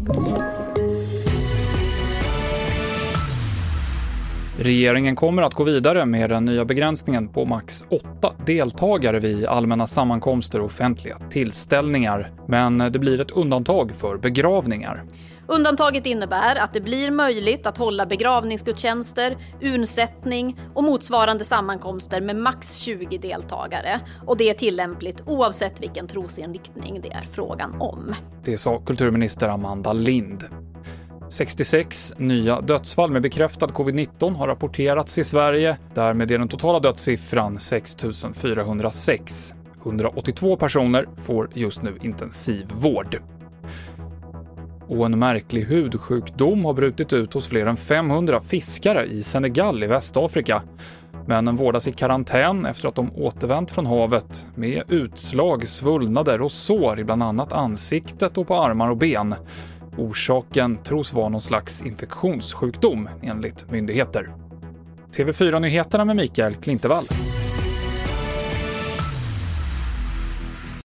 Regeringen kommer att gå vidare med den nya begränsningen på max 8 deltagare vid allmänna sammankomster och offentliga tillställningar. Men det blir ett undantag för begravningar. Undantaget innebär att det blir möjligt att hålla begravningsgudstjänster, urnsättning och motsvarande sammankomster med max 20 deltagare. Och det är tillämpligt oavsett vilken trosinriktning det är frågan om. Det sa kulturminister Amanda Lind. 66 nya dödsfall med bekräftad covid-19 har rapporterats i Sverige. Därmed är den totala dödssiffran 6 406. 182 personer får just nu intensivvård. Och en märklig hudsjukdom har brutit ut hos fler än 500 fiskare i Senegal i Västafrika. Männen vårdas i karantän efter att de återvänt från havet med utslag, svullnader och sår i bland annat ansiktet och på armar och ben. Orsaken tros vara någon slags infektionssjukdom enligt myndigheter. TV4-nyheterna med Mikael Klintevall.